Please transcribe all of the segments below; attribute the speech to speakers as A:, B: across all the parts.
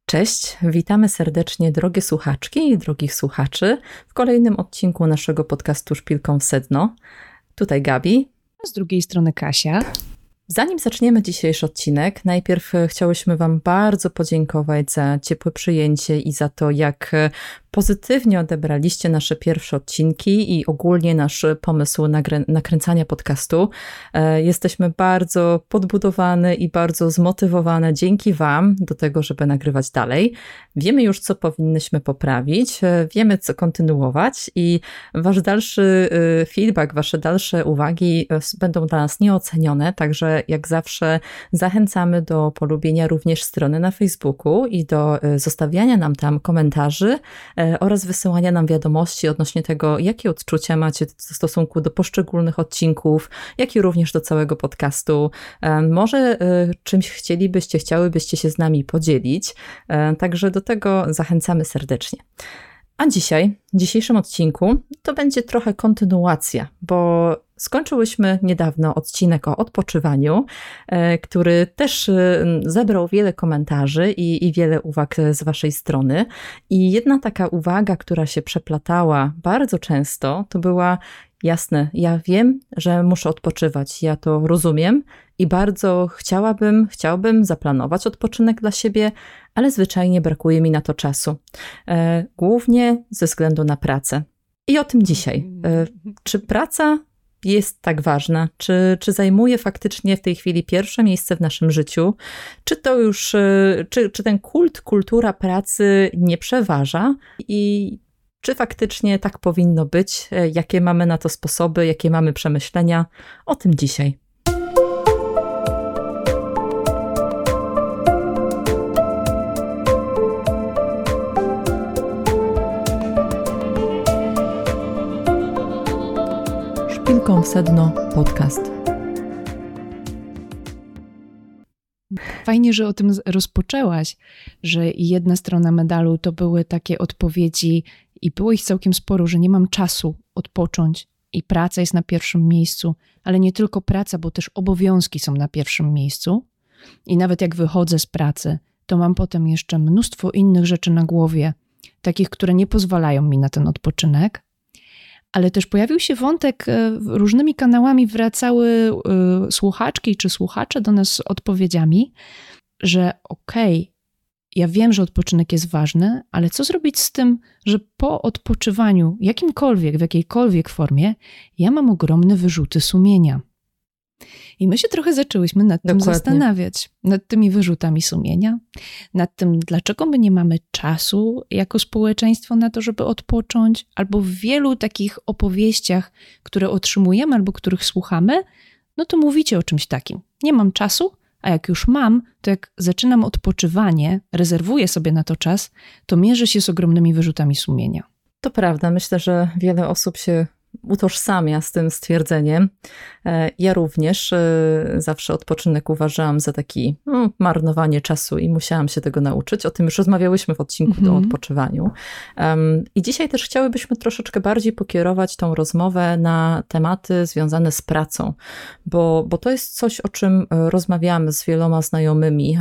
A: Cześć, witamy serdecznie drogie słuchaczki i drogich słuchaczy w kolejnym odcinku naszego podcastu Szpilką w sedno. Tutaj Gabi.
B: Z drugiej strony Kasia.
A: Zanim zaczniemy dzisiejszy odcinek, najpierw chciałyśmy Wam bardzo podziękować za ciepłe przyjęcie i za to, jak pozytywnie odebraliście nasze pierwsze odcinki i ogólnie nasz pomysł nakręcania podcastu. Jesteśmy bardzo podbudowane i bardzo zmotywowane dzięki Wam do tego, żeby nagrywać dalej. Wiemy już, co powinnyśmy poprawić, wiemy, co kontynuować i Wasz dalszy feedback, Wasze dalsze uwagi będą dla nas nieocenione, także jak zawsze zachęcamy do polubienia również strony na Facebooku i do zostawiania nam tam komentarzy oraz wysyłania nam wiadomości odnośnie tego, jakie odczucia macie w stosunku do poszczególnych odcinków, jak i również do całego podcastu. Może czymś chciałybyście się z nami podzielić, także do tego zachęcamy serdecznie. A dzisiaj, w dzisiejszym odcinku, to będzie trochę kontynuacja, bo skończyłyśmy niedawno odcinek o odpoczywaniu, który też zebrał wiele komentarzy i wiele uwag z Waszej strony. I jedna taka uwaga, która się przeplatała bardzo często, to była: jasne, ja wiem, że muszę odpoczywać, ja to rozumiem i bardzo chciałbym zaplanować odpoczynek dla siebie, ale zwyczajnie brakuje mi na to czasu. Głównie ze względu na pracę. I o tym dzisiaj. Czy praca jest tak ważna? Czy zajmuje faktycznie w tej chwili pierwsze miejsce w naszym życiu? Czy to już, czy ten kultura pracy nie przeważa? I czy faktycznie tak powinno być? Jakie mamy na to sposoby? Jakie mamy przemyślenia? O tym dzisiaj. Szpilką w sedno podcast.
B: Fajnie, że o tym rozpoczęłaś, że jedna strona medalu to były takie odpowiedzi i było ich całkiem sporo, że nie mam czasu odpocząć i praca jest na pierwszym miejscu, ale nie tylko praca, bo też obowiązki są na pierwszym miejscu i nawet jak wychodzę z pracy, to mam potem jeszcze mnóstwo innych rzeczy na głowie, takich, które nie pozwalają mi na ten odpoczynek. Ale też pojawił się wątek, różnymi kanałami wracały słuchaczki czy słuchacze do nas z odpowiedziami, że ja wiem, że odpoczynek jest ważny, ale co zrobić z tym, że po odpoczywaniu jakimkolwiek, w jakiejkolwiek formie, ja mam ogromne wyrzuty sumienia. I my się trochę zaczęłyśmy nad tym zastanawiać, nad tymi wyrzutami sumienia, nad tym, dlaczego my nie mamy czasu jako społeczeństwo na to, żeby odpocząć, albo w wielu takich opowieściach, które otrzymujemy albo których słuchamy, no to mówicie o czymś takim. Nie mam czasu, a jak już mam, to jak zaczynam odpoczywanie, rezerwuję sobie na to czas, to mierzę się z ogromnymi wyrzutami sumienia.
A: To prawda, myślę, że wiele osób się utożsamia z tym stwierdzeniem. Ja również zawsze odpoczynek uważałam za taki marnowanie czasu i musiałam się tego nauczyć. O tym już rozmawiałyśmy w odcinku o odpoczywaniu. I dzisiaj też chciałybyśmy troszeczkę bardziej pokierować tą rozmowę na tematy związane z pracą, bo to jest coś, o czym rozmawiamy z wieloma znajomymi,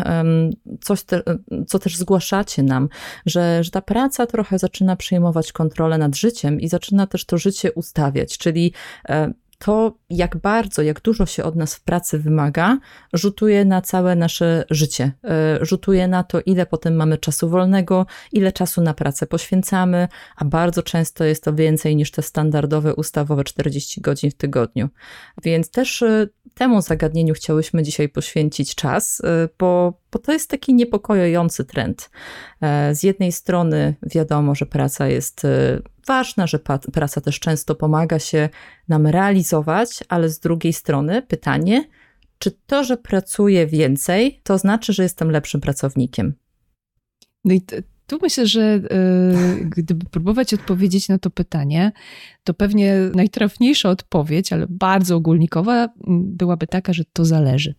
A: co też zgłaszacie nam, że ta praca trochę zaczyna przejmować kontrolę nad życiem i zaczyna też to życie ustawiać, czyli to, jak dużo się od nas w pracy wymaga, rzutuje na całe nasze życie. Rzutuje na to, ile potem mamy czasu wolnego, ile czasu na pracę poświęcamy, a bardzo często jest to więcej niż te standardowe, ustawowe 40 godzin w tygodniu. Więc też temu zagadnieniu chciałyśmy dzisiaj poświęcić czas, bo to jest taki niepokojący trend. Z jednej strony wiadomo, że praca jest ważna, że praca też często pomaga się nam realizować, ale z drugiej strony pytanie, czy to, że pracuję więcej, to znaczy, że jestem lepszym pracownikiem?
B: No i tu myślę, że gdyby próbować odpowiedzieć na to pytanie, to pewnie najtrafniejsza odpowiedź, ale bardzo ogólnikowa, byłaby taka, że to zależy.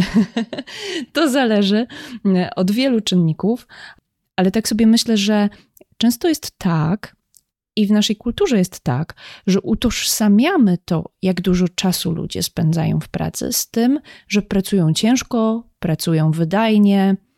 B: To zależy od wielu czynników, ale tak sobie myślę, że często jest tak, i w naszej kulturze jest tak, że utożsamiamy to, jak dużo czasu ludzie spędzają w pracy, z tym, że pracują ciężko, pracują wydajnie,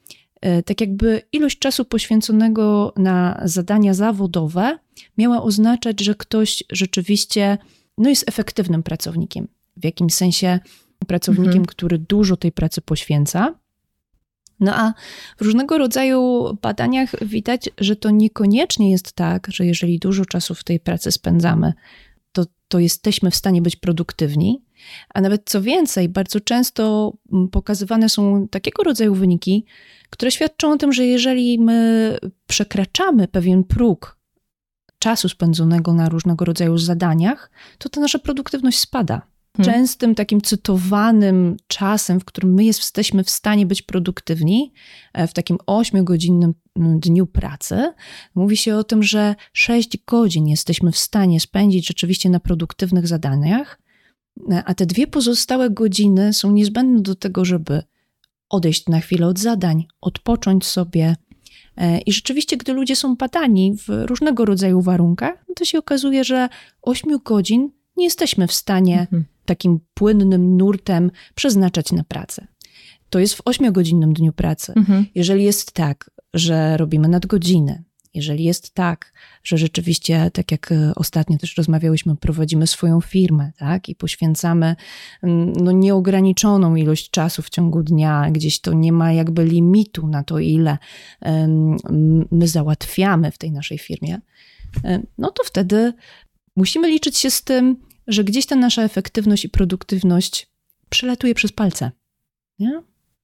B: tak jakby ilość czasu poświęconego na zadania zawodowe miała oznaczać, że ktoś rzeczywiście jest efektywnym pracownikiem. W jakimś sensie pracownikiem, który dużo tej pracy poświęca. No a w różnego rodzaju badaniach widać, że to niekoniecznie jest tak, że jeżeli dużo czasu w tej pracy spędzamy, to jesteśmy w stanie być produktywni, a nawet co więcej, bardzo często pokazywane są takiego rodzaju wyniki, które świadczą o tym, że jeżeli my przekraczamy pewien próg czasu spędzonego na różnego rodzaju zadaniach, to ta nasza produktywność spada. Częstym takim cytowanym czasem, w którym my jesteśmy w stanie być produktywni, w takim 8-godzinnym dniu pracy, mówi się o tym, że 6 godzin jesteśmy w stanie spędzić rzeczywiście na produktywnych zadaniach, a te 2 pozostałe godziny są niezbędne do tego, żeby odejść na chwilę od zadań, odpocząć sobie. I rzeczywiście, gdy ludzie są badani w różnego rodzaju warunkach, to się okazuje, że 8 godzin nie jesteśmy w stanie takim płynnym nurtem przeznaczać na pracę. To jest w 8-godzinnym dniu pracy. Jeżeli jest tak, że robimy nadgodziny, jeżeli jest tak, że rzeczywiście, tak jak ostatnio też rozmawiałyśmy, prowadzimy swoją firmę, tak, i poświęcamy nieograniczoną ilość czasu w ciągu dnia, gdzieś to nie ma jakby limitu na to, ile my załatwiamy w tej naszej firmie, no to wtedy musimy liczyć się z tym, że gdzieś ta nasza efektywność i produktywność przelatuje przez palce. Nie?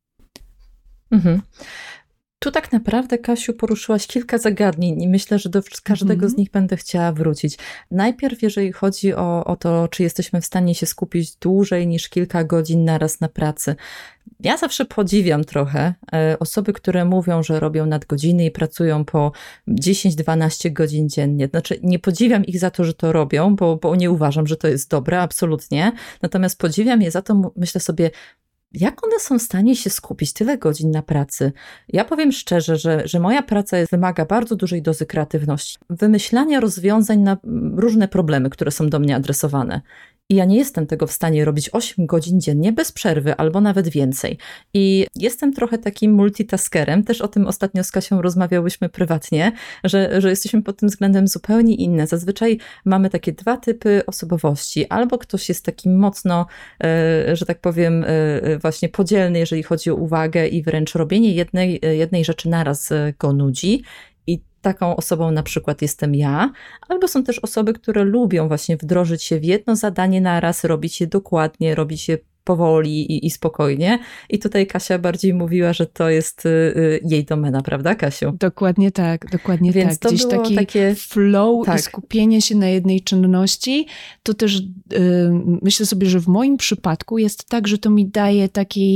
A: Tu tak naprawdę, Kasiu, poruszyłaś kilka zagadnień i myślę, że do każdego z nich będę chciała wrócić. Najpierw, jeżeli chodzi o to, czy jesteśmy w stanie się skupić dłużej niż kilka godzin naraz na pracy. Ja zawsze podziwiam trochę osoby, które mówią, że robią nadgodziny i pracują po 10-12 godzin dziennie. Znaczy, nie podziwiam ich za to, że to robią, bo nie uważam, że to jest dobre, absolutnie. Natomiast podziwiam je za to, myślę sobie, jak one są w stanie się skupić tyle godzin na pracy? Ja powiem szczerze, że moja praca wymaga bardzo dużej dozy kreatywności, wymyślania rozwiązań na różne problemy, które są do mnie adresowane. I ja nie jestem tego w stanie robić 8 godzin dziennie bez przerwy, albo nawet więcej. I jestem trochę takim multitaskerem, też o tym ostatnio z Kasią rozmawiałyśmy prywatnie, że jesteśmy pod tym względem zupełnie inne. Zazwyczaj mamy takie 2 typy osobowości. Albo ktoś jest takim mocno, że tak powiem, właśnie podzielny, jeżeli chodzi o uwagę i wręcz robienie jednej rzeczy naraz go nudzi. Taką osobą na przykład jestem ja, albo są też osoby, które lubią właśnie wdrożyć się w jedno zadanie naraz, robić je dokładnie, robić je powoli i spokojnie. I tutaj Kasia bardziej mówiła, że to jest jej domena, prawda, Kasiu?
B: Dokładnie tak, dokładnie
A: więc
B: tak.
A: Gdzieś
B: taki
A: takie
B: flow i skupienie się na jednej czynności, to też myślę sobie, że w moim przypadku jest tak, że to mi daje takie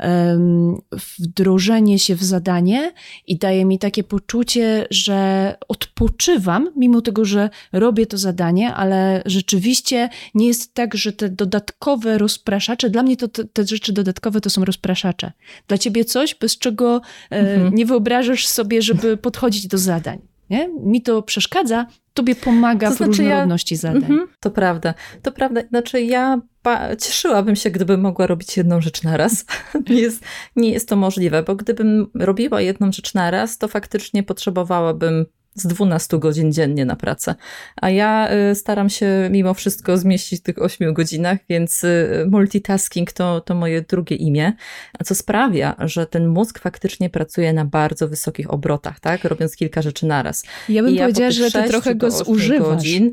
B: wdrożenie się w zadanie i daje mi takie poczucie, że odpoczywam, mimo tego, że robię to zadanie, ale rzeczywiście nie jest tak, że te dodatkowe rozpraszacze, dla mnie te rzeczy dodatkowe to są rozpraszacze. Dla ciebie coś, bez czego nie wyobrażasz sobie, żeby podchodzić do zadań. Nie? Mi to przeszkadza, tobie pomaga w różnorodności zadań.
A: To prawda. Znaczy ja cieszyłabym się, gdybym mogła robić jedną rzecz naraz. Nie jest to możliwe, bo gdybym robiła jedną rzecz naraz, to faktycznie potrzebowałabym z 12 godzin dziennie na pracę. A ja staram się mimo wszystko zmieścić w tych 8 godzinach, więc multitasking to moje drugie imię, co sprawia, że ten mózg faktycznie pracuje na bardzo wysokich obrotach, tak? Robiąc kilka rzeczy naraz.
B: Ja bym powiedziała, że ty trochę go zużywasz. Godzin,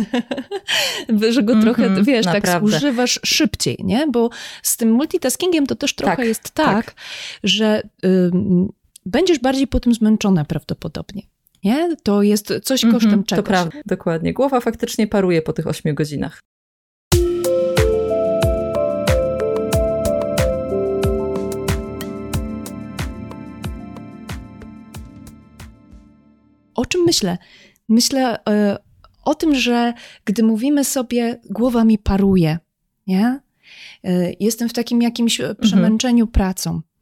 B: że go trochę, wiesz, naprawdę. Tak zużywasz szybciej, nie? Bo z tym multitaskingiem to też trochę jest tak, że będziesz bardziej po tym zmęczona prawdopodobnie. Nie? To jest coś kosztem czegoś.
A: To prawda, dokładnie. Głowa faktycznie paruje po tych 8 godzinach.
B: O czym myślę? Myślę o tym, że gdy mówimy sobie, głowa mi paruje, nie? Jestem w takim jakimś przemęczeniu pracą.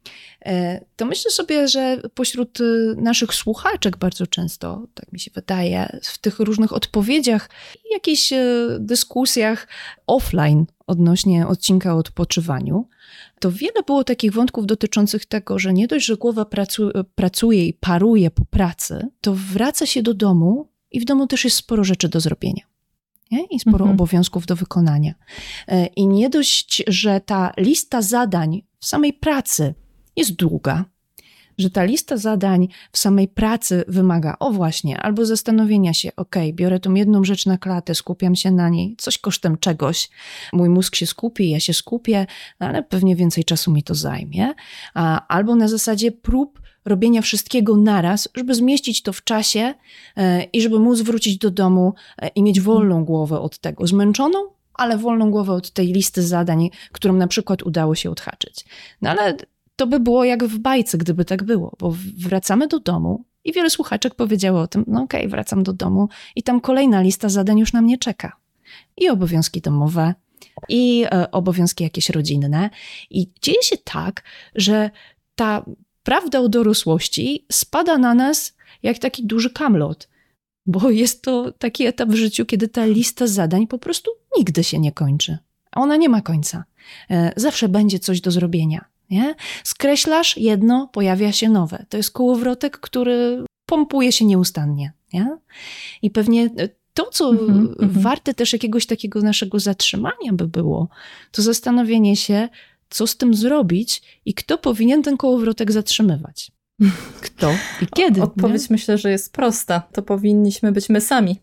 B: to myślę sobie, że pośród naszych słuchaczek bardzo często, tak mi się wydaje, w tych różnych odpowiedziach i jakichś dyskusjach offline odnośnie odcinka o odpoczywaniu, to wiele było takich wątków dotyczących tego, że nie dość, że głowa pracuje i paruje po pracy, to wraca się do domu i w domu też jest sporo rzeczy do zrobienia. Nie? I sporo obowiązków do wykonania. I nie dość, że ta lista zadań w samej pracy jest długa, że ta lista zadań w samej pracy wymaga, właśnie, albo zastanowienia się, biorę tą jedną rzecz na klatę, skupiam się na niej, coś kosztem czegoś, mój mózg się skupi, ja się skupię, ale pewnie więcej czasu mi to zajmie, albo na zasadzie prób robienia wszystkiego naraz, żeby zmieścić to w czasie i żeby móc wrócić do domu i mieć wolną głowę od tego, zmęczoną, ale wolną głowę od tej listy zadań, którą na przykład udało się odhaczyć. No ale to by było jak w bajce, gdyby tak było, bo wracamy do domu i wiele słuchaczek powiedziało o tym, wracam do domu i tam kolejna lista zadań już na mnie czeka. I obowiązki domowe, i obowiązki jakieś rodzinne. I dzieje się tak, że ta prawda o dorosłości spada na nas jak taki duży kamlot, bo jest to taki etap w życiu, kiedy ta lista zadań po prostu nigdy się nie kończy. A ona nie ma końca. Zawsze będzie coś do zrobienia. Nie? Skreślasz jedno, pojawia się nowe. To jest kołowrotek, który pompuje się nieustannie. Nie? I pewnie to, co warte też jakiegoś takiego naszego zatrzymania by było, to zastanowienie się, co z tym zrobić i kto powinien ten kołowrotek zatrzymywać. Kto i kiedy?
A: Odpowiedź myślę, że jest prosta. To powinniśmy być my sami.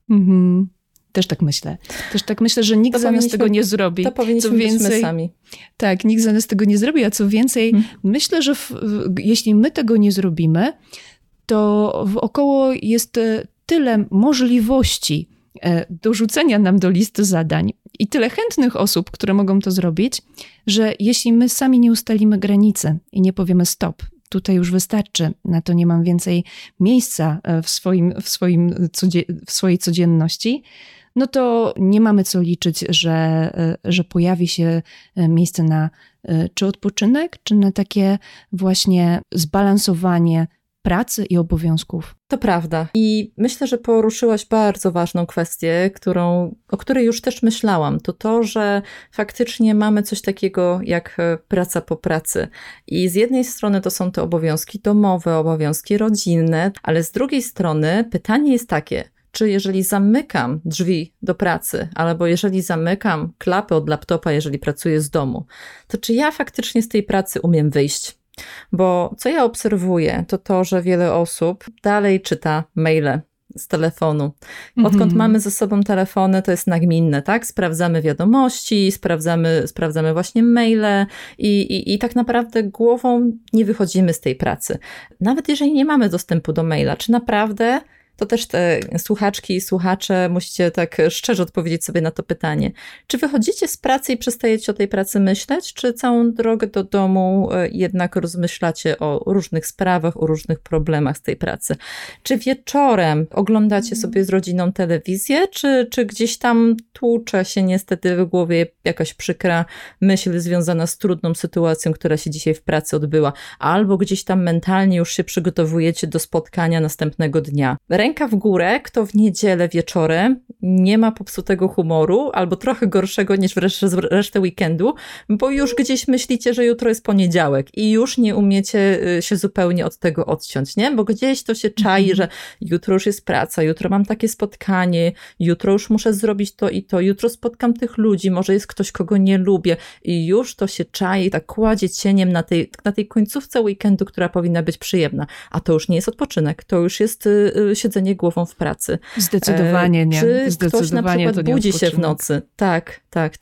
B: Też tak myślę, że nikt za nas tego nie zrobi.
A: To powinniśmy być my sami.
B: Tak, nikt za nas tego nie zrobi, a co więcej, myślę, że jeśli my tego nie zrobimy, to wokoło jest tyle możliwości dorzucenia nam do listy zadań i tyle chętnych osób, które mogą to zrobić, że jeśli my sami nie ustalimy granicy i nie powiemy stop, tutaj już wystarczy, na to nie mam więcej miejsca w swojej codzienności, no to nie mamy co liczyć, że pojawi się miejsce na czy odpoczynek, czy na takie właśnie zbalansowanie pracy i obowiązków.
A: To prawda. I myślę, że poruszyłaś bardzo ważną kwestię, o której już też myślałam. To, że faktycznie mamy coś takiego jak praca po pracy. I z jednej strony to są te obowiązki domowe, obowiązki rodzinne, ale z drugiej strony pytanie jest takie, czy jeżeli zamykam drzwi do pracy, albo jeżeli zamykam klapy od laptopa, jeżeli pracuję z domu, to czy ja faktycznie z tej pracy umiem wyjść? Bo co ja obserwuję, to, że wiele osób dalej czyta maile z telefonu. Odkąd mamy ze sobą telefony, to jest nagminne, tak? Sprawdzamy wiadomości, sprawdzamy właśnie maile i tak naprawdę głową nie wychodzimy z tej pracy. Nawet jeżeli nie mamy dostępu do maila, czy naprawdę... To też te słuchaczki i słuchacze musicie tak szczerze odpowiedzieć sobie na to pytanie. Czy wychodzicie z pracy i przestajecie o tej pracy myśleć, czy całą drogę do domu jednak rozmyślacie o różnych sprawach, o różnych problemach z tej pracy? Czy wieczorem oglądacie sobie z rodziną telewizję, czy gdzieś tam tłucze się niestety w głowie jakaś przykra myśl związana z trudną sytuacją, która się dzisiaj w pracy odbyła, albo gdzieś tam mentalnie już się przygotowujecie do spotkania następnego dnia? Ręka w górę, kto w niedzielę wieczorem nie ma popsutego humoru, albo trochę gorszego niż resztę weekendu, bo już gdzieś myślicie, że jutro jest poniedziałek i już nie umiecie się zupełnie od tego odciąć, nie? Bo gdzieś to się czai, że jutro już jest praca, jutro mam takie spotkanie, jutro już muszę zrobić to i to, jutro spotkam tych ludzi, może jest ktoś, kogo nie lubię i już to się czai, tak kładzie cieniem na tej końcówce weekendu, która powinna być przyjemna, a to już nie jest odpoczynek, to już jest siedzenie głową w pracy.
B: Zdecydowanie nie.
A: Czy ktoś na przykład budzi się w nocy? Tak.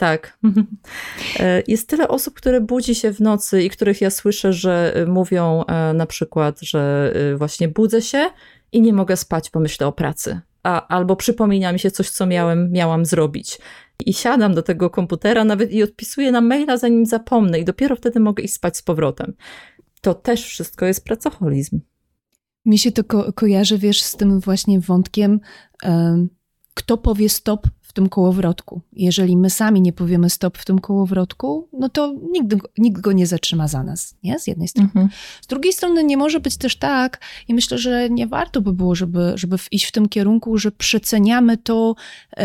A: Jest tyle osób, które budzi się w nocy i których ja słyszę, że mówią na przykład, że właśnie budzę się i nie mogę spać, bo myślę o pracy. Albo przypomina mi się coś, co miałam zrobić. I siadam do tego komputera nawet i odpisuję na maila, zanim zapomnę i dopiero wtedy mogę iść spać z powrotem. To też wszystko jest pracoholizm.
B: Mi się to kojarzy, wiesz, z tym właśnie wątkiem, kto powie stop w tym kołowrotku. Jeżeli my sami nie powiemy stop w tym kołowrotku, no to nikt go nie zatrzyma za nas, nie? Z jednej strony. Z drugiej strony nie może być też tak, i myślę, że nie warto by było, żeby iść w tym kierunku, że przeceniamy to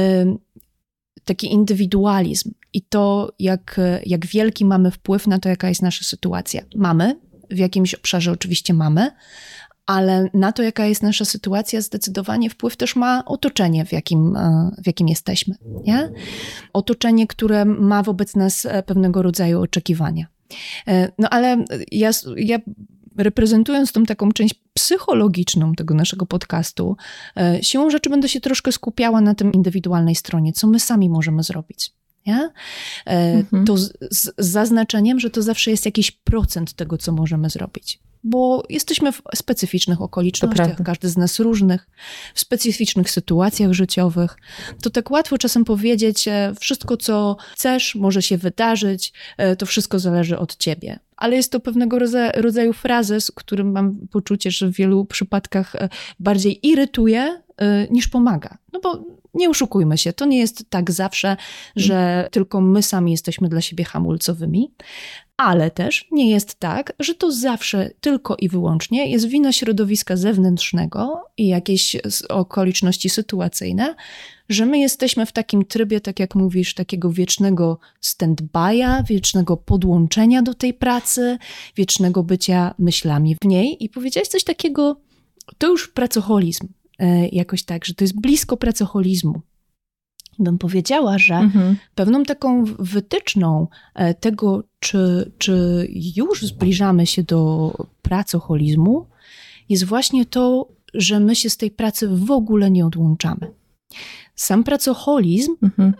B: taki indywidualizm i to, jak wielki mamy wpływ na to, jaka jest nasza sytuacja. Mamy, w jakimś obszarze oczywiście mamy, ale na to, jaka jest nasza sytuacja, zdecydowanie wpływ też ma otoczenie, w jakim jesteśmy. Nie? Otoczenie, które ma wobec nas pewnego rodzaju oczekiwania. No ale ja reprezentując tą taką część psychologiczną tego naszego podcastu, siłą rzeczy będę się troszkę skupiała na tym indywidualnej stronie, co my sami możemy zrobić. Nie? To z zaznaczeniem, że to zawsze jest jakiś procent tego, co możemy zrobić. Bo jesteśmy w specyficznych okolicznościach, każdy z nas różnych, w specyficznych sytuacjach życiowych. To tak łatwo czasem powiedzieć, wszystko co chcesz może się wydarzyć, to wszystko zależy od ciebie. Ale jest to pewnego rodzaju frazes, którym mam poczucie, że w wielu przypadkach bardziej irytuje niż pomaga. No bo nie oszukujmy się, to nie jest tak zawsze, że tylko my sami jesteśmy dla siebie hamulcowymi, ale też nie jest tak, że to zawsze tylko i wyłącznie jest wina środowiska zewnętrznego i jakieś okoliczności sytuacyjne, że my jesteśmy w takim trybie, tak jak mówisz, takiego wiecznego stand-by'a, wiecznego podłączenia do tej pracy, wiecznego bycia myślami w niej. I powiedziałeś coś takiego, to już pracoholizm, jakoś tak, że to jest blisko pracoholizmu. Bym powiedziała, że pewną taką wytyczną tego, czy już zbliżamy się do pracoholizmu, jest właśnie to, że my się z tej pracy w ogóle nie odłączamy. Sam pracoholizm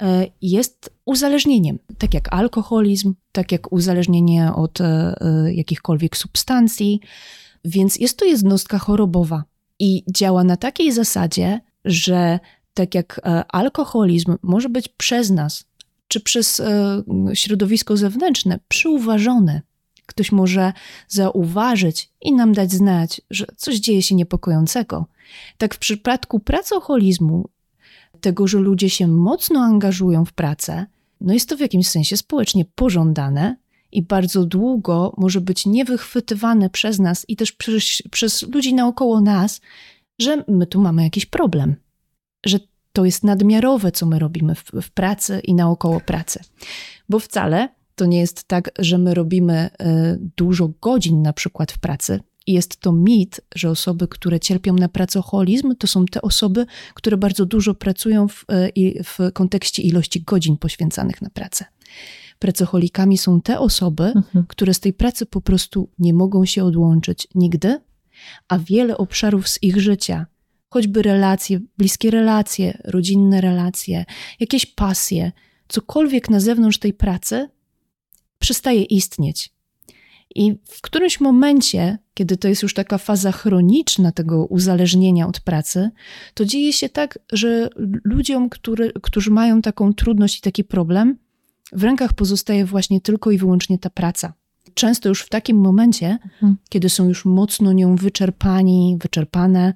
B: jest uzależnieniem, tak jak alkoholizm, tak jak uzależnienie od jakichkolwiek substancji, więc jest to jednostka chorobowa i działa na takiej zasadzie, że tak jak alkoholizm może być przez nas, czy przez środowisko zewnętrzne przyuważony, ktoś może zauważyć i nam dać znać, że coś dzieje się niepokojącego. Tak w przypadku pracoholizmu, tego, że ludzie się mocno angażują w pracę, no jest to w jakimś sensie społecznie pożądane i bardzo długo może być niewychwytywane przez nas i też przez ludzi naokoło nas, że my tu mamy jakiś problem, że to jest nadmiarowe, co my robimy w pracy i naokoło pracy. Bo wcale to nie jest tak, że my robimy dużo godzin na przykład w pracy i jest to mit, że osoby, które cierpią na pracoholizm, to są te osoby, które bardzo dużo pracują w kontekście ilości godzin poświęcanych na pracę. Pracoholikami są te osoby, które z tej pracy po prostu nie mogą się odłączyć nigdy, a wiele obszarów z ich życia, choćby relacje, bliskie relacje, rodzinne relacje, jakieś pasje, cokolwiek na zewnątrz tej pracy przestaje istnieć. I w którymś momencie, kiedy to jest już taka faza chroniczna tego uzależnienia od pracy, to dzieje się tak, że ludziom, którzy mają taką trudność i taki problem, w rękach pozostaje właśnie tylko i wyłącznie ta praca. Często już w takim momencie, kiedy są już mocno nią wyczerpane,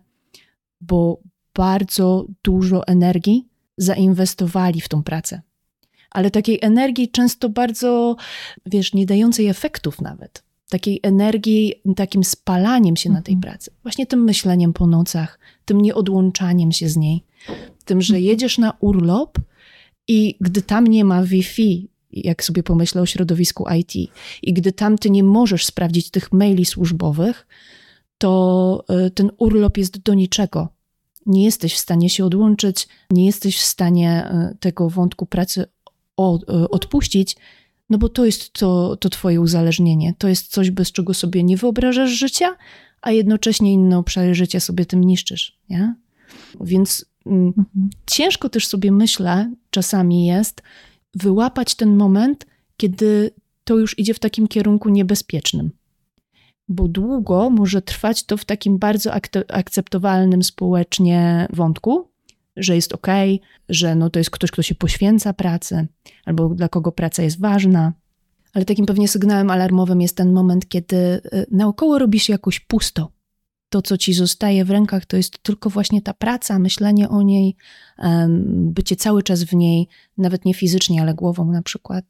B: bo bardzo dużo energii zainwestowali w tą pracę. Ale takiej energii często bardzo, nie dającej efektów nawet. Takiej energii, takim spalaniem się na tej pracy. Właśnie tym myśleniem po nocach, tym nieodłączaniem się z niej. Tym, że jedziesz na urlop i gdy tam nie ma Wi-Fi, jak sobie pomyślę o środowisku IT, i gdy tam ty nie możesz sprawdzić tych maili służbowych, to ten urlop jest do niczego. Nie jesteś w stanie się odłączyć, nie jesteś w stanie tego wątku pracy odpuścić, no bo to jest to twoje uzależnienie. To jest coś, bez czego sobie nie wyobrażasz życia, a jednocześnie inne obszary życia sobie tym niszczysz. Nie? Więc ciężko też sobie, myślę, czasami jest wyłapać ten moment, kiedy to już idzie w takim kierunku niebezpiecznym. Bo długo może trwać to w takim bardzo akceptowalnym społecznie wątku, że jest okej, że to jest ktoś, kto się poświęca pracy, albo dla kogo praca jest ważna. Ale takim pewnie sygnałem alarmowym jest ten moment, kiedy naokoło robi się jakoś pusto. to, co ci zostaje w rękach, to jest tylko właśnie ta praca, myślenie o niej, bycie cały czas w niej, nawet nie fizycznie, ale głową na przykład.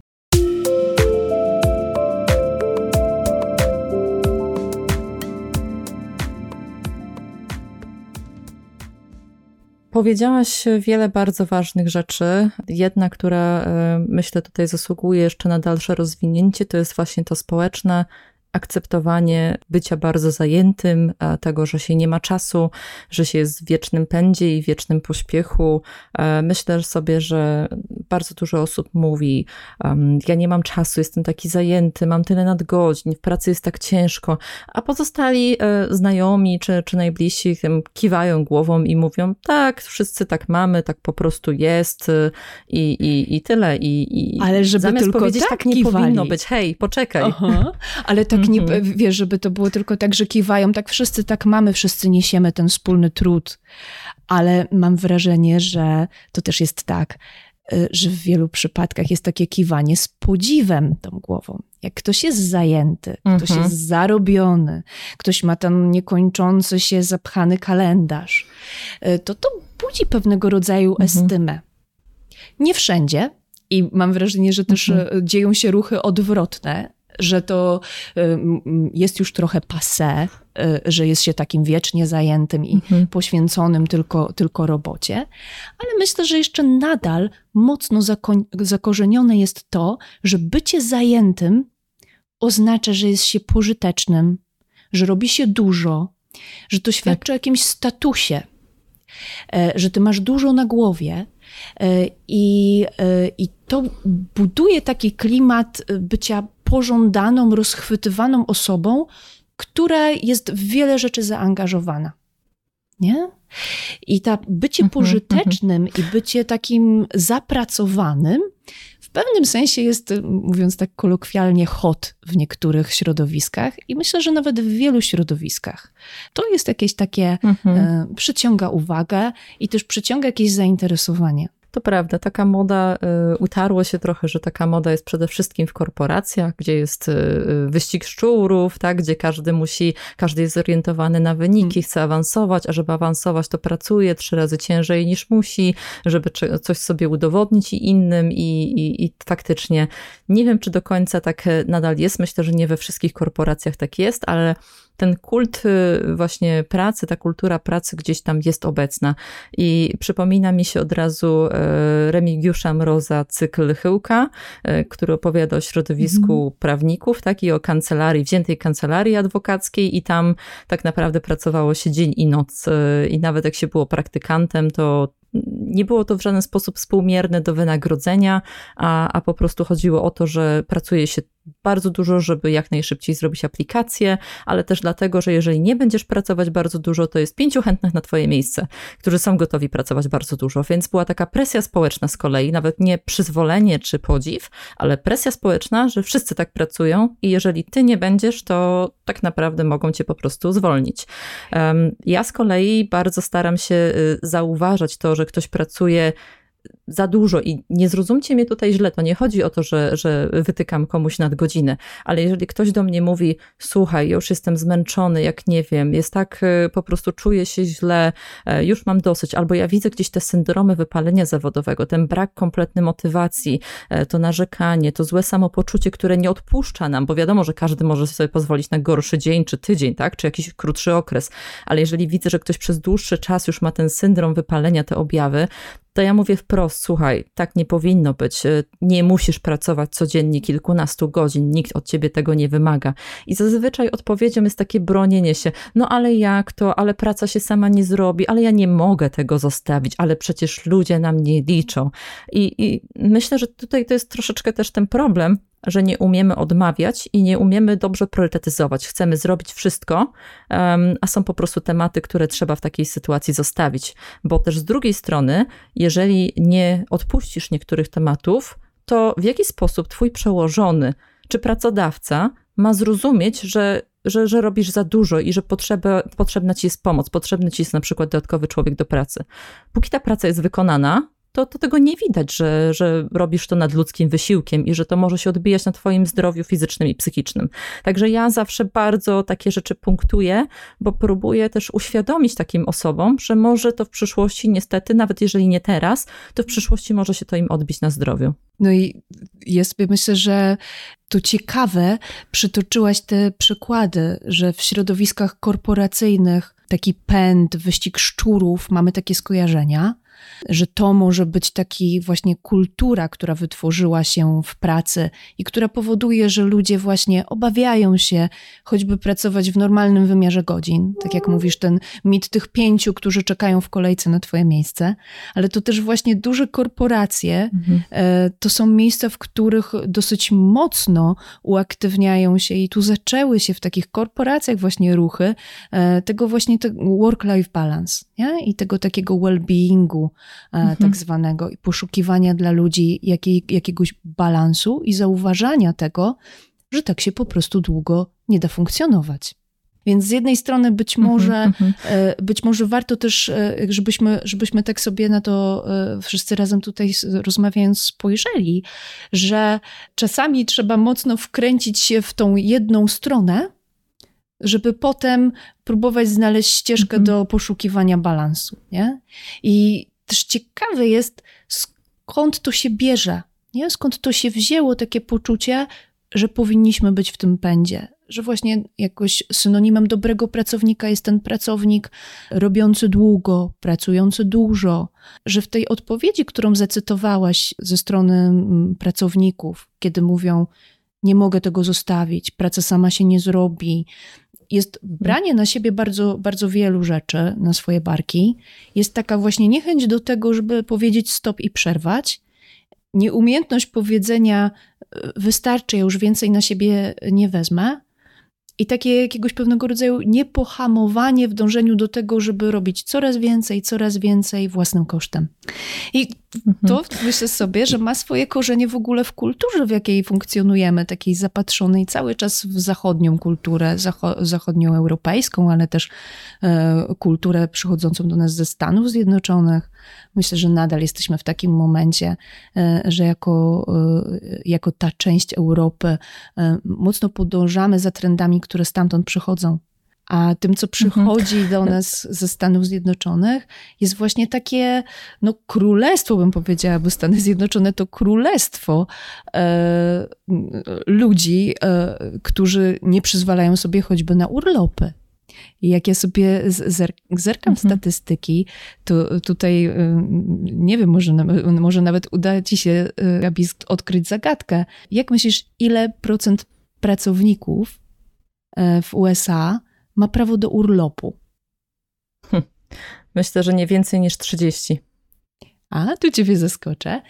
A: Powiedziałaś wiele bardzo ważnych rzeczy. Jedna, która myślę tutaj zasługuje jeszcze na dalsze rozwinięcie, to jest właśnie to społeczne akceptowanie bycia bardzo zajętym, tego, że się nie ma czasu, że się jest w wiecznym pędzie i wiecznym pośpiechu. Myślę sobie, że bardzo dużo osób mówi, ja nie mam czasu, jestem taki zajęty, mam tyle nadgodzin, w pracy jest tak ciężko, a pozostali znajomi czy najbliżsi kiwają głową i mówią, tak, wszyscy tak mamy, tak po prostu jest i tyle.
B: Ale żeby
A: zamiast
B: tylko
A: powiedzieć,
B: tak
A: nie
B: kiwali.
A: powinno być, hej, poczekaj.
B: Aha, ale tak nie, wiesz, żeby to było tylko tak, że kiwają, tak wszyscy tak mamy, wszyscy niesiemy ten wspólny trud, ale mam wrażenie, że to też jest tak, że w wielu przypadkach jest takie kiwanie z podziwem tą głową. Jak ktoś jest zajęty, ktoś jest zarobiony, ktoś ma tam niekończący się zapchany kalendarz, to budzi pewnego rodzaju estymę. Nie wszędzie i mam wrażenie, że też dzieją się ruchy odwrotne, że to jest już trochę passé, że jest się takim wiecznie zajętym i poświęconym tylko robocie, ale myślę, że jeszcze nadal mocno zakorzenione jest to, że bycie zajętym oznacza, że jest się pożytecznym, że robi się dużo, że to świadczy o jakimś statusie, że ty masz dużo na głowie i to buduje taki klimat bycia pożądaną, rozchwytywaną osobą, która jest w wiele rzeczy zaangażowana. Nie? I ta bycie pożytecznym i bycie takim zapracowanym w pewnym sensie jest, mówiąc tak kolokwialnie, hot w niektórych środowiskach i myślę, że nawet w wielu środowiskach. To jest jakieś takie, przyciąga uwagę i też przyciąga jakieś zainteresowanie.
A: To prawda, taka moda, utarło się trochę, że taka moda jest przede wszystkim w korporacjach, gdzie jest wyścig szczurów, tak, gdzie każdy jest zorientowany na wyniki, chce awansować, a żeby awansować, to pracuje 3 razy ciężej niż musi, żeby coś sobie udowodnić i innym i faktycznie nie wiem, czy do końca tak nadal jest. Myślę, że nie we wszystkich korporacjach tak jest, ale ten kult właśnie pracy, ta kultura pracy gdzieś tam jest obecna. I przypomina mi się od razu Remigiusza Mroza cykl Chyłka, który opowiada o środowisku prawników, tak, i o kancelarii, wziętej kancelarii adwokackiej i tam tak naprawdę pracowało się dzień i noc. I nawet jak się było praktykantem, to nie było to w żaden sposób współmierne do wynagrodzenia, a po prostu chodziło o to, że pracuje się bardzo dużo, żeby jak najszybciej zrobić aplikację, ale też dlatego, że jeżeli nie będziesz pracować bardzo dużo, to jest 5 chętnych na twoje miejsce, którzy są gotowi pracować bardzo dużo, więc była taka presja społeczna z kolei, nawet nie przyzwolenie czy podziw, ale presja społeczna, że wszyscy tak pracują i jeżeli ty nie będziesz, to tak naprawdę mogą cię po prostu zwolnić. Ja z kolei bardzo staram się zauważać to, że ktoś pracuje za dużo i nie zrozumcie mnie tutaj źle, to nie chodzi o to, że wytykam komuś nadgodzinę, ale jeżeli ktoś do mnie mówi, słuchaj, już jestem zmęczony, jak nie wiem, jest tak, po prostu czuję się źle, już mam dosyć, albo ja widzę gdzieś te syndromy wypalenia zawodowego, ten brak kompletnej motywacji, to narzekanie, to złe samopoczucie, które nie odpuszcza nam, bo wiadomo, że każdy może sobie pozwolić na gorszy dzień, czy tydzień, tak, czy jakiś krótszy okres, ale jeżeli widzę, że ktoś przez dłuższy czas już ma ten syndrom wypalenia, te objawy, to ja mówię wprost, słuchaj, tak nie powinno być, nie musisz pracować codziennie kilkunastu godzin, nikt od ciebie tego nie wymaga. I zazwyczaj odpowiedzią jest takie bronienie się, no ale jak to, ale praca się sama nie zrobi, ale ja nie mogę tego zostawić, ale przecież ludzie na mnie liczą. I myślę, że tutaj to jest troszeczkę też ten problem, że nie umiemy odmawiać i nie umiemy dobrze priorytetyzować. Chcemy zrobić wszystko, a są po prostu tematy, które trzeba w takiej sytuacji zostawić. Bo też z drugiej strony, jeżeli nie odpuścisz niektórych tematów, to w jaki sposób twój przełożony czy pracodawca ma zrozumieć, że robisz za dużo i że potrzebna ci jest pomoc, potrzebny ci jest na przykład dodatkowy człowiek do pracy. Póki ta praca jest wykonana, to tego nie widać, że robisz to nadludzkim wysiłkiem i że to może się odbijać na twoim zdrowiu fizycznym i psychicznym. Także ja zawsze bardzo takie rzeczy punktuję, bo próbuję też uświadomić takim osobom, że może to w przyszłości niestety, nawet jeżeli nie teraz, to w przyszłości może się to im odbić na zdrowiu.
B: No i myślę, że to ciekawe, przytoczyłaś te przykłady, że w środowiskach korporacyjnych taki pęd, wyścig szczurów, mamy takie skojarzenia, że to może być taki właśnie kultura, która wytworzyła się w pracy i która powoduje, że ludzie właśnie obawiają się choćby pracować w normalnym wymiarze godzin. Tak jak mówisz, ten mit tych 5, którzy czekają w kolejce na twoje miejsce, ale to też właśnie duże korporacje, to są miejsca, w których dosyć mocno uaktywniają się i tu zaczęły się w takich korporacjach właśnie ruchy tego właśnie work-life balance, nie? I tego takiego well-beingu tak zwanego i poszukiwania dla ludzi jakiegoś balansu i zauważania tego, że tak się po prostu długo nie da funkcjonować. Więc z jednej strony być może warto też, żebyśmy tak sobie na to wszyscy razem tutaj rozmawiając spojrzeli, że czasami trzeba mocno wkręcić się w tą jedną stronę, żeby potem próbować znaleźć ścieżkę do poszukiwania balansu, nie? I też ciekawe jest, skąd to się bierze, nie? Skąd to się wzięło takie poczucie, że powinniśmy być w tym pędzie, że właśnie jakoś synonimem dobrego pracownika jest ten pracownik robiący długo, pracujący dużo, że w tej odpowiedzi, którą zacytowałaś ze strony pracowników, kiedy mówią, nie mogę tego zostawić, praca sama się nie zrobi, jest branie na siebie bardzo, bardzo wielu rzeczy, na swoje barki. Jest taka właśnie niechęć do tego, żeby powiedzieć stop i przerwać. Nieumiejętność powiedzenia wystarczy, ja już więcej na siebie nie wezmę. I takie jakiegoś pewnego rodzaju niepohamowanie w dążeniu do tego, żeby robić coraz więcej własnym kosztem. I to myślę sobie, że ma swoje korzenie w ogóle w kulturze, w jakiej funkcjonujemy, takiej zapatrzonej cały czas w zachodnią kulturę, zachodnioeuropejską, ale też kulturę przychodzącą do nas ze Stanów Zjednoczonych. Myślę, że nadal jesteśmy w takim momencie, że jako ta część Europy mocno podążamy za trendami, które stamtąd przychodzą. A tym, co przychodzi do nas ze Stanów Zjednoczonych, jest właśnie takie królestwo, bym powiedziała, bo Stany Zjednoczone to królestwo ludzi, którzy nie przyzwalają sobie choćby na urlopy. I jak ja sobie zerkam statystyki, to tutaj, nie wiem, może nawet uda ci się, Gabi, odkryć zagadkę. Jak myślisz, ile procent pracowników w USA ma prawo do urlopu?
A: Myślę, że nie więcej niż 30%.
B: A, tu ciebie zaskoczę.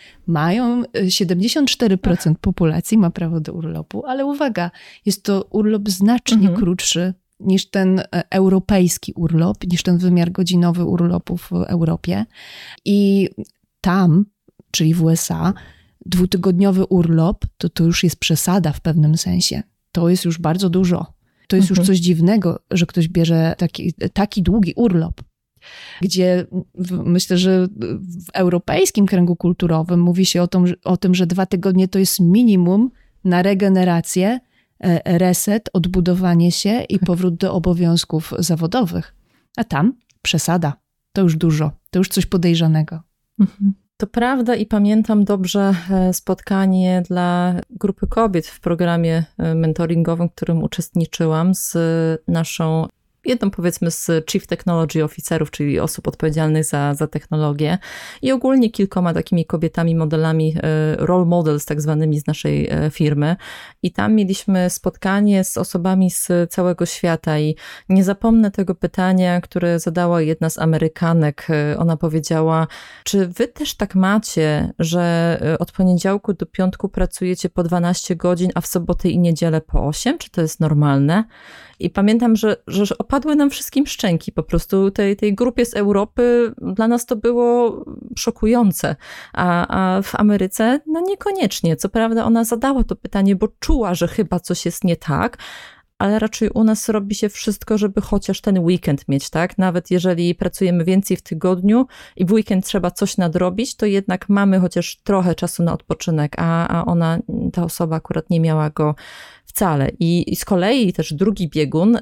B: 74% populacji ma prawo do urlopu, ale uwaga, jest to urlop znacznie krótszy niż ten europejski urlop, niż ten wymiar godzinowy urlopu w Europie. I tam, czyli w USA, 2-tygodniowy urlop to już jest przesada w pewnym sensie. To jest już bardzo dużo. To jest już coś dziwnego, że ktoś bierze taki długi urlop, gdzie myślę, że w europejskim kręgu kulturowym mówi się o tym, że 2 tygodnie to jest minimum na regenerację, reset, odbudowanie się i powrót do obowiązków zawodowych. A tam przesada. To już dużo. To już coś podejrzanego.
A: To prawda i pamiętam dobrze spotkanie dla grupy kobiet w programie mentoringowym, w którym uczestniczyłam z naszą jedną powiedzmy z Chief Technology Officerów, czyli osób odpowiedzialnych za technologię i ogólnie kilkoma takimi kobietami, modelami, role models tak zwanymi z naszej firmy i tam mieliśmy spotkanie z osobami z całego świata i nie zapomnę tego pytania, które zadała jedna z Amerykanek. Ona powiedziała, czy wy też tak macie, że od poniedziałku do piątku pracujecie po 12 godzin, a w soboty i niedzielę po 8? Czy to jest normalne? I pamiętam, że opadły nam wszystkim szczęki po prostu tej grupie z Europy. Dla nas to było szokujące, a w Ameryce no niekoniecznie. Co prawda ona zadała to pytanie, bo czuła, że chyba coś jest nie tak, ale raczej u nas robi się wszystko, żeby chociaż ten weekend mieć, tak? Nawet jeżeli pracujemy więcej w tygodniu i w weekend trzeba coś nadrobić, to jednak mamy chociaż trochę czasu na odpoczynek, a ta osoba akurat nie miała go wcale. I z kolei też drugi biegun.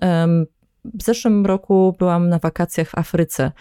A: W zeszłym roku byłam na wakacjach w Afryce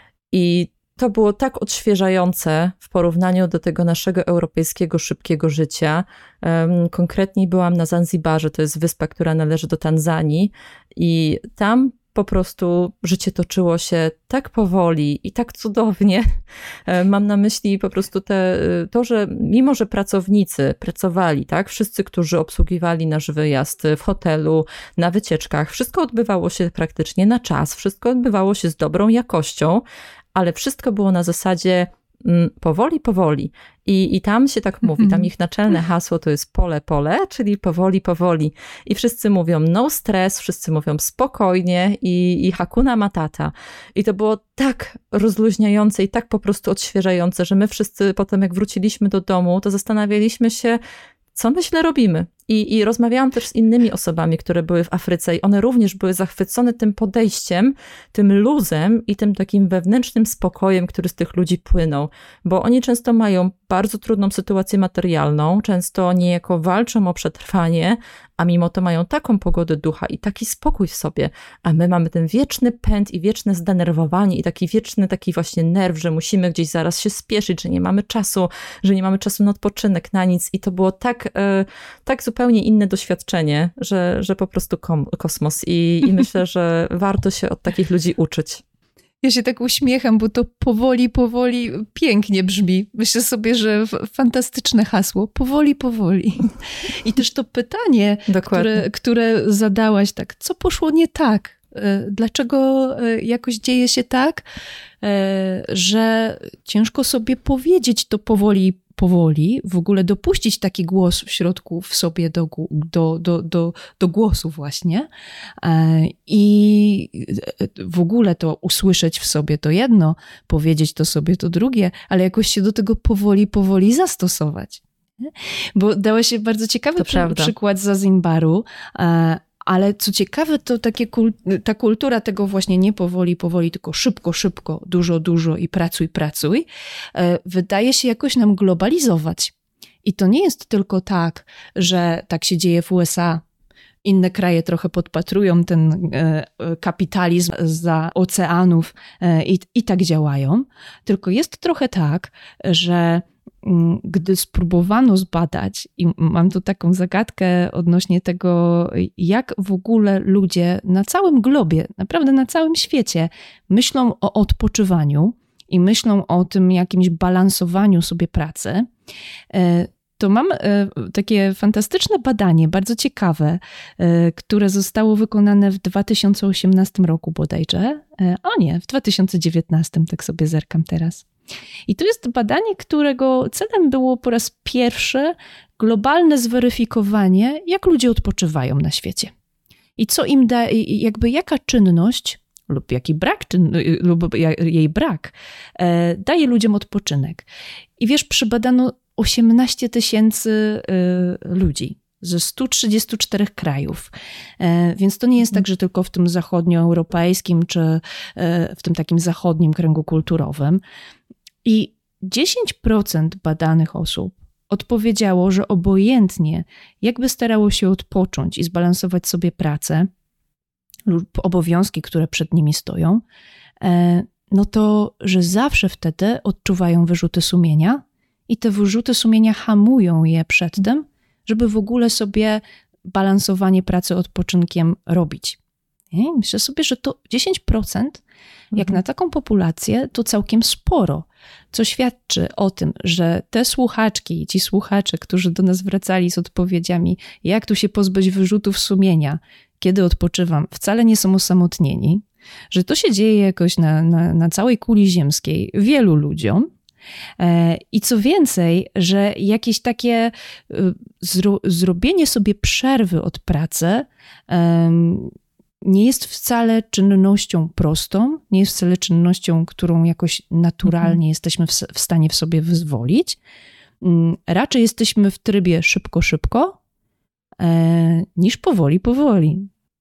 A: i to było tak odświeżające w porównaniu do tego naszego europejskiego szybkiego życia. Konkretnie byłam na Zanzibarze, to jest wyspa, która należy do Tanzanii i tam po prostu życie toczyło się tak powoli i tak cudownie. Mam na myśli po prostu to, że mimo, że pracownicy pracowali, tak, wszyscy, którzy obsługiwali nasz wyjazd w hotelu, na wycieczkach, wszystko odbywało się praktycznie na czas, wszystko odbywało się z dobrą jakością, ale wszystko było na zasadzie powoli, powoli. I tam się tak mówi, tam ich naczelne hasło to jest pole, czyli powoli, powoli. I wszyscy mówią no stres, wszyscy mówią spokojnie i hakuna matata. I to było tak rozluźniające i tak po prostu odświeżające, że my wszyscy potem jak wróciliśmy do domu, to zastanawialiśmy się, co my źle robimy. I rozmawiałam też z innymi osobami, które były w Afryce i one również były zachwycone tym podejściem, tym luzem i tym takim wewnętrznym spokojem, który z tych ludzi płynął. Bo oni często mają bardzo trudną sytuację materialną, często niejako walczą o przetrwanie, a mimo to mają taką pogodę ducha i taki spokój w sobie, a my mamy ten wieczny pęd i wieczne zdenerwowanie i taki wieczny taki właśnie nerw, że musimy gdzieś zaraz się spieszyć, że nie mamy czasu na odpoczynek, na nic i to było tak zupełnie inne doświadczenie, że po prostu kosmos i myślę, że warto się od takich ludzi uczyć.
B: Ja się tak uśmiecham, bo to powoli pięknie brzmi. Myślę sobie, że fantastyczne hasło. Powoli. I też to pytanie, które zadałaś, tak, co poszło nie tak? Dlaczego jakoś dzieje się tak, że ciężko sobie powiedzieć to powoli, w ogóle dopuścić taki głos w środku w sobie do głosu właśnie i w ogóle to usłyszeć w sobie to jedno, powiedzieć to sobie to drugie, ale jakoś się do tego powoli zastosować. Bo dała się bardzo ciekawy przykład z Zanzibaru, ale co ciekawe, to ta kultura tego właśnie nie powoli, tylko szybko, dużo i pracuj, wydaje się jakoś nam globalizować. I to nie jest tylko tak, że tak się dzieje w USA. Inne kraje trochę podpatrują ten kapitalizm zza oceanów i tak działają. Tylko jest trochę tak, że gdy spróbowano zbadać, i mam tu taką zagadkę odnośnie tego, jak w ogóle ludzie na całym globie, naprawdę na całym świecie myślą o odpoczywaniu i myślą o tym jakimś balansowaniu sobie pracy, to mam takie fantastyczne badanie, bardzo ciekawe, które zostało wykonane w 2018 roku bodajże. W 2019, tak sobie zerkam teraz. I to jest badanie, którego celem było po raz pierwszy globalne zweryfikowanie, jak ludzie odpoczywają na świecie. I co im da, jakby jaka czynność lub jaki brak, lub jej brak daje ludziom odpoczynek. I wiesz, przybadano 18 000 ludzi ze 134 krajów. Więc to nie jest tak, że tylko w tym zachodnioeuropejskim czy w tym takim zachodnim kręgu kulturowym. I 10% badanych osób odpowiedziało, że obojętnie jakby starało się odpocząć i zbalansować sobie pracę lub obowiązki, które przed nimi stoją, no to, że zawsze wtedy odczuwają wyrzuty sumienia i te wyrzuty sumienia hamują je przed tym, żeby w ogóle sobie balansowanie pracy odpoczynkiem robić. I myślę sobie, że to 10%, jak na taką populację, to całkiem sporo, co świadczy o tym, że te słuchaczki i ci słuchacze, którzy do nas wracali z odpowiedziami, jak tu się pozbyć wyrzutów sumienia, kiedy odpoczywam, wcale nie są osamotnieni, że to się dzieje jakoś na całej kuli ziemskiej wielu ludziom. I co więcej, że jakieś takie zrobienie sobie przerwy od pracy nie jest wcale czynnością prostą, nie jest wcale czynnością, którą jakoś naturalnie jesteśmy w stanie w sobie wyzwolić. Raczej jesteśmy w trybie szybko, niż powoli.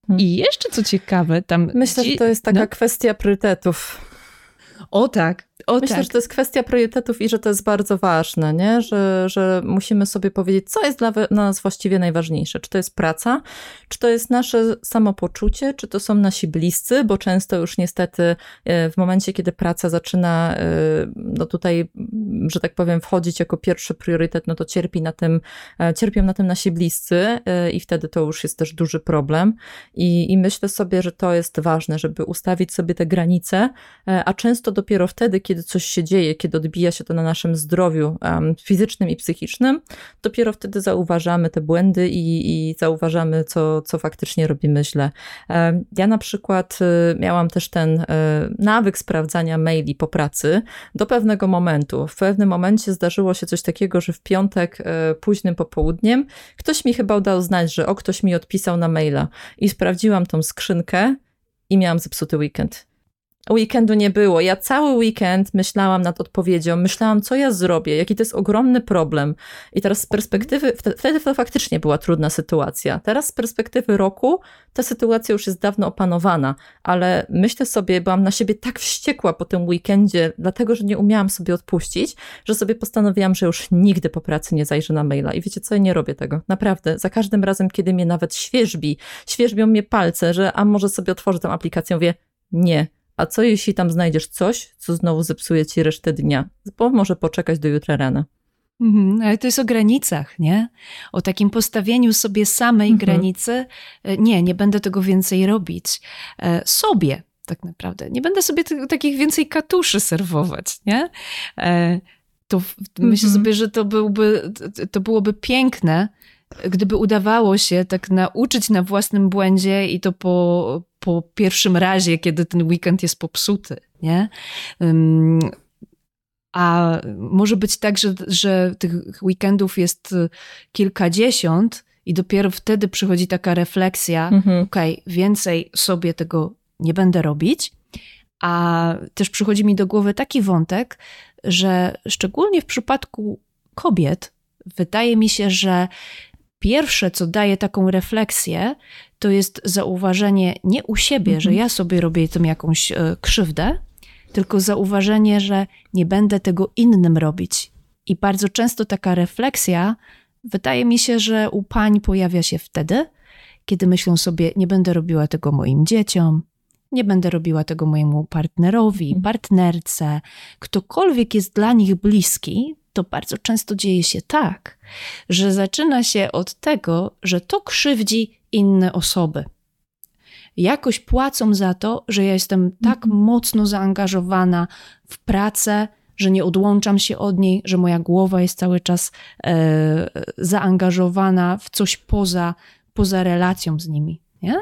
B: I jeszcze co ciekawe, tam...
A: Myślę, że to jest taka kwestia priorytetów.
B: O tak.
A: Myślę, że to jest kwestia priorytetów i że to jest bardzo ważne, nie? Że musimy sobie powiedzieć, co jest dla nas właściwie najważniejsze. Czy to jest praca, czy to jest nasze samopoczucie, czy to są nasi bliscy, bo często już niestety w momencie, kiedy praca zaczyna no tutaj, że tak powiem, wchodzić jako pierwszy priorytet, no to cierpią na tym nasi bliscy i wtedy to już jest też duży problem. I myślę sobie, że to jest ważne, żeby ustawić sobie te granice, a często dopiero wtedy, kiedy coś się dzieje, kiedy odbija się to na naszym zdrowiu fizycznym i psychicznym, dopiero wtedy zauważamy te błędy i zauważamy, co faktycznie robimy źle. Ja na przykład miałam też ten nawyk sprawdzania maili po pracy do pewnego momentu. W pewnym momencie zdarzyło się coś takiego, że w piątek późnym popołudniem ktoś mi chyba dał znać, że ktoś mi odpisał na maila i sprawdziłam tą skrzynkę i miałam zepsuty weekend. Weekendu nie było. Ja cały weekend myślałam nad odpowiedzią, myślałam, co ja zrobię, jaki to jest ogromny problem. I teraz z perspektywy, wtedy to faktycznie była trudna sytuacja. Teraz z perspektywy roku ta sytuacja już jest dawno opanowana, ale myślę sobie, byłam na siebie tak wściekła po tym weekendzie, dlatego, że nie umiałam sobie odpuścić, że sobie postanowiłam, że już nigdy po pracy nie zajrzę na maila. I wiecie co, ja nie robię tego. Naprawdę. Za każdym razem, kiedy mnie nawet świerzbią mnie palce, że a może sobie otworzę tę aplikację, mówię, nie. A co jeśli tam znajdziesz coś, co znowu zepsuje ci resztę dnia? Bo może poczekać do jutra rana.
B: Ale to jest o granicach, nie? O takim postawieniu sobie samej granicy. Nie będę tego więcej robić. Sobie tak naprawdę. Nie będę sobie takich więcej katuszy serwować, nie? To myślę sobie, że to byłoby piękne, gdyby udawało się tak nauczyć na własnym błędzie i to po pierwszym razie, kiedy ten weekend jest popsuty, nie? A może być tak, że tych weekendów jest kilkadziesiąt i dopiero wtedy przychodzi taka refleksja, okej, więcej sobie tego nie będę robić, a też przychodzi mi do głowy taki wątek, że szczególnie w przypadku kobiet wydaje mi się, że pierwsze, co daje taką refleksję, to jest zauważenie nie u siebie, że ja sobie robię tym jakąś krzywdę, tylko zauważenie, że nie będę tego innym robić. I bardzo często taka refleksja, wydaje mi się, że u pań pojawia się wtedy, kiedy myślą sobie, nie będę robiła tego moim dzieciom, nie będę robiła tego mojemu partnerowi, partnerce, ktokolwiek jest dla nich bliski, to bardzo często dzieje się tak, że zaczyna się od tego, że to krzywdzi inne osoby. Jakoś płacą za to, że ja jestem tak mocno zaangażowana w pracę, że nie odłączam się od niej, że moja głowa jest cały czas zaangażowana w coś poza relacją z nimi. Nie?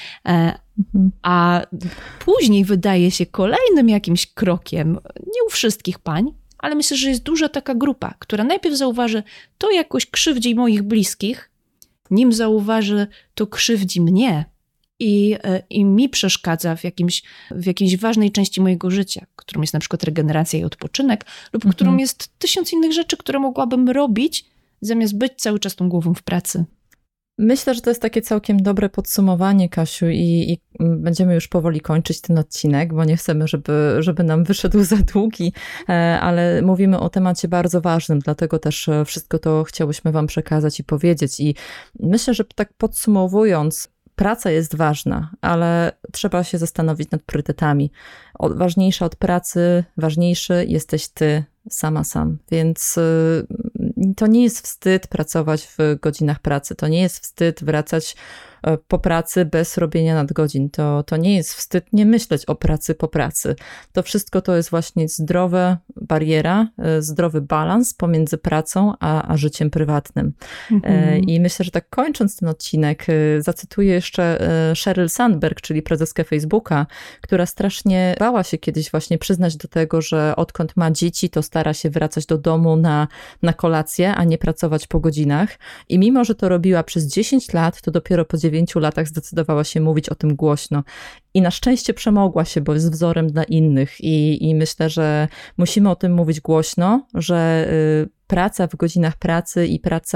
B: A później wydaje się kolejnym jakimś krokiem, nie u wszystkich pań, ale myślę, że jest duża taka grupa, która najpierw zauważy, to jakoś krzywdzi moich bliskich, nim zauważy, to krzywdzi mnie i mi przeszkadza w jakiejś ważnej części mojego życia, którą jest na przykład regeneracja i odpoczynek, lub którą jest 1000 innych rzeczy, które mogłabym robić, zamiast być cały czas tą głową w pracy.
A: Myślę, że to jest takie całkiem dobre podsumowanie, Kasiu, i będziemy już powoli kończyć ten odcinek, bo nie chcemy, żeby nam wyszedł za długi, ale mówimy o temacie bardzo ważnym, dlatego też wszystko to chciałyśmy wam przekazać i powiedzieć. I myślę, że tak podsumowując, praca jest ważna, ale trzeba się zastanowić nad priorytetami. Ważniejsza od pracy, ważniejszy jesteś ty, sam. Więc to nie jest wstyd pracować w godzinach pracy, to nie jest wstyd wracać po pracy bez robienia nadgodzin, to nie jest wstyd nie myśleć o pracy po pracy. To wszystko to jest właśnie zdrowa bariera, zdrowy balans pomiędzy pracą a życiem prywatnym. I myślę, że tak kończąc ten odcinek, zacytuję jeszcze Sheryl Sandberg, czyli prezeskę Facebooka, która strasznie bała się kiedyś właśnie przyznać do tego, że odkąd ma dzieci, to stara się wracać do domu na kolację, a nie pracować po godzinach. I mimo, że to robiła przez 10 lat, to dopiero po 9 latach zdecydowała się mówić o tym głośno. I na szczęście przemogła się, bo jest wzorem dla innych. I myślę, że musimy o tym mówić głośno, że praca w godzinach pracy i praca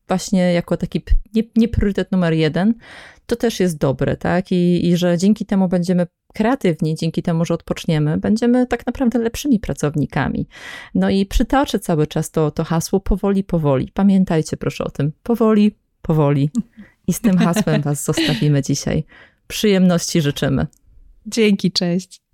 A: właśnie jako taki nie priorytet numer 1, to też jest dobre, tak? I że dzięki temu będziemy kreatywni, dzięki temu, że odpoczniemy, będziemy tak naprawdę lepszymi pracownikami. No i przytoczę cały czas to hasło powoli, powoli. Pamiętajcie proszę o tym. Powoli, powoli. I z tym hasłem was zostawimy dzisiaj. Przyjemności życzymy.
B: Dzięki, cześć.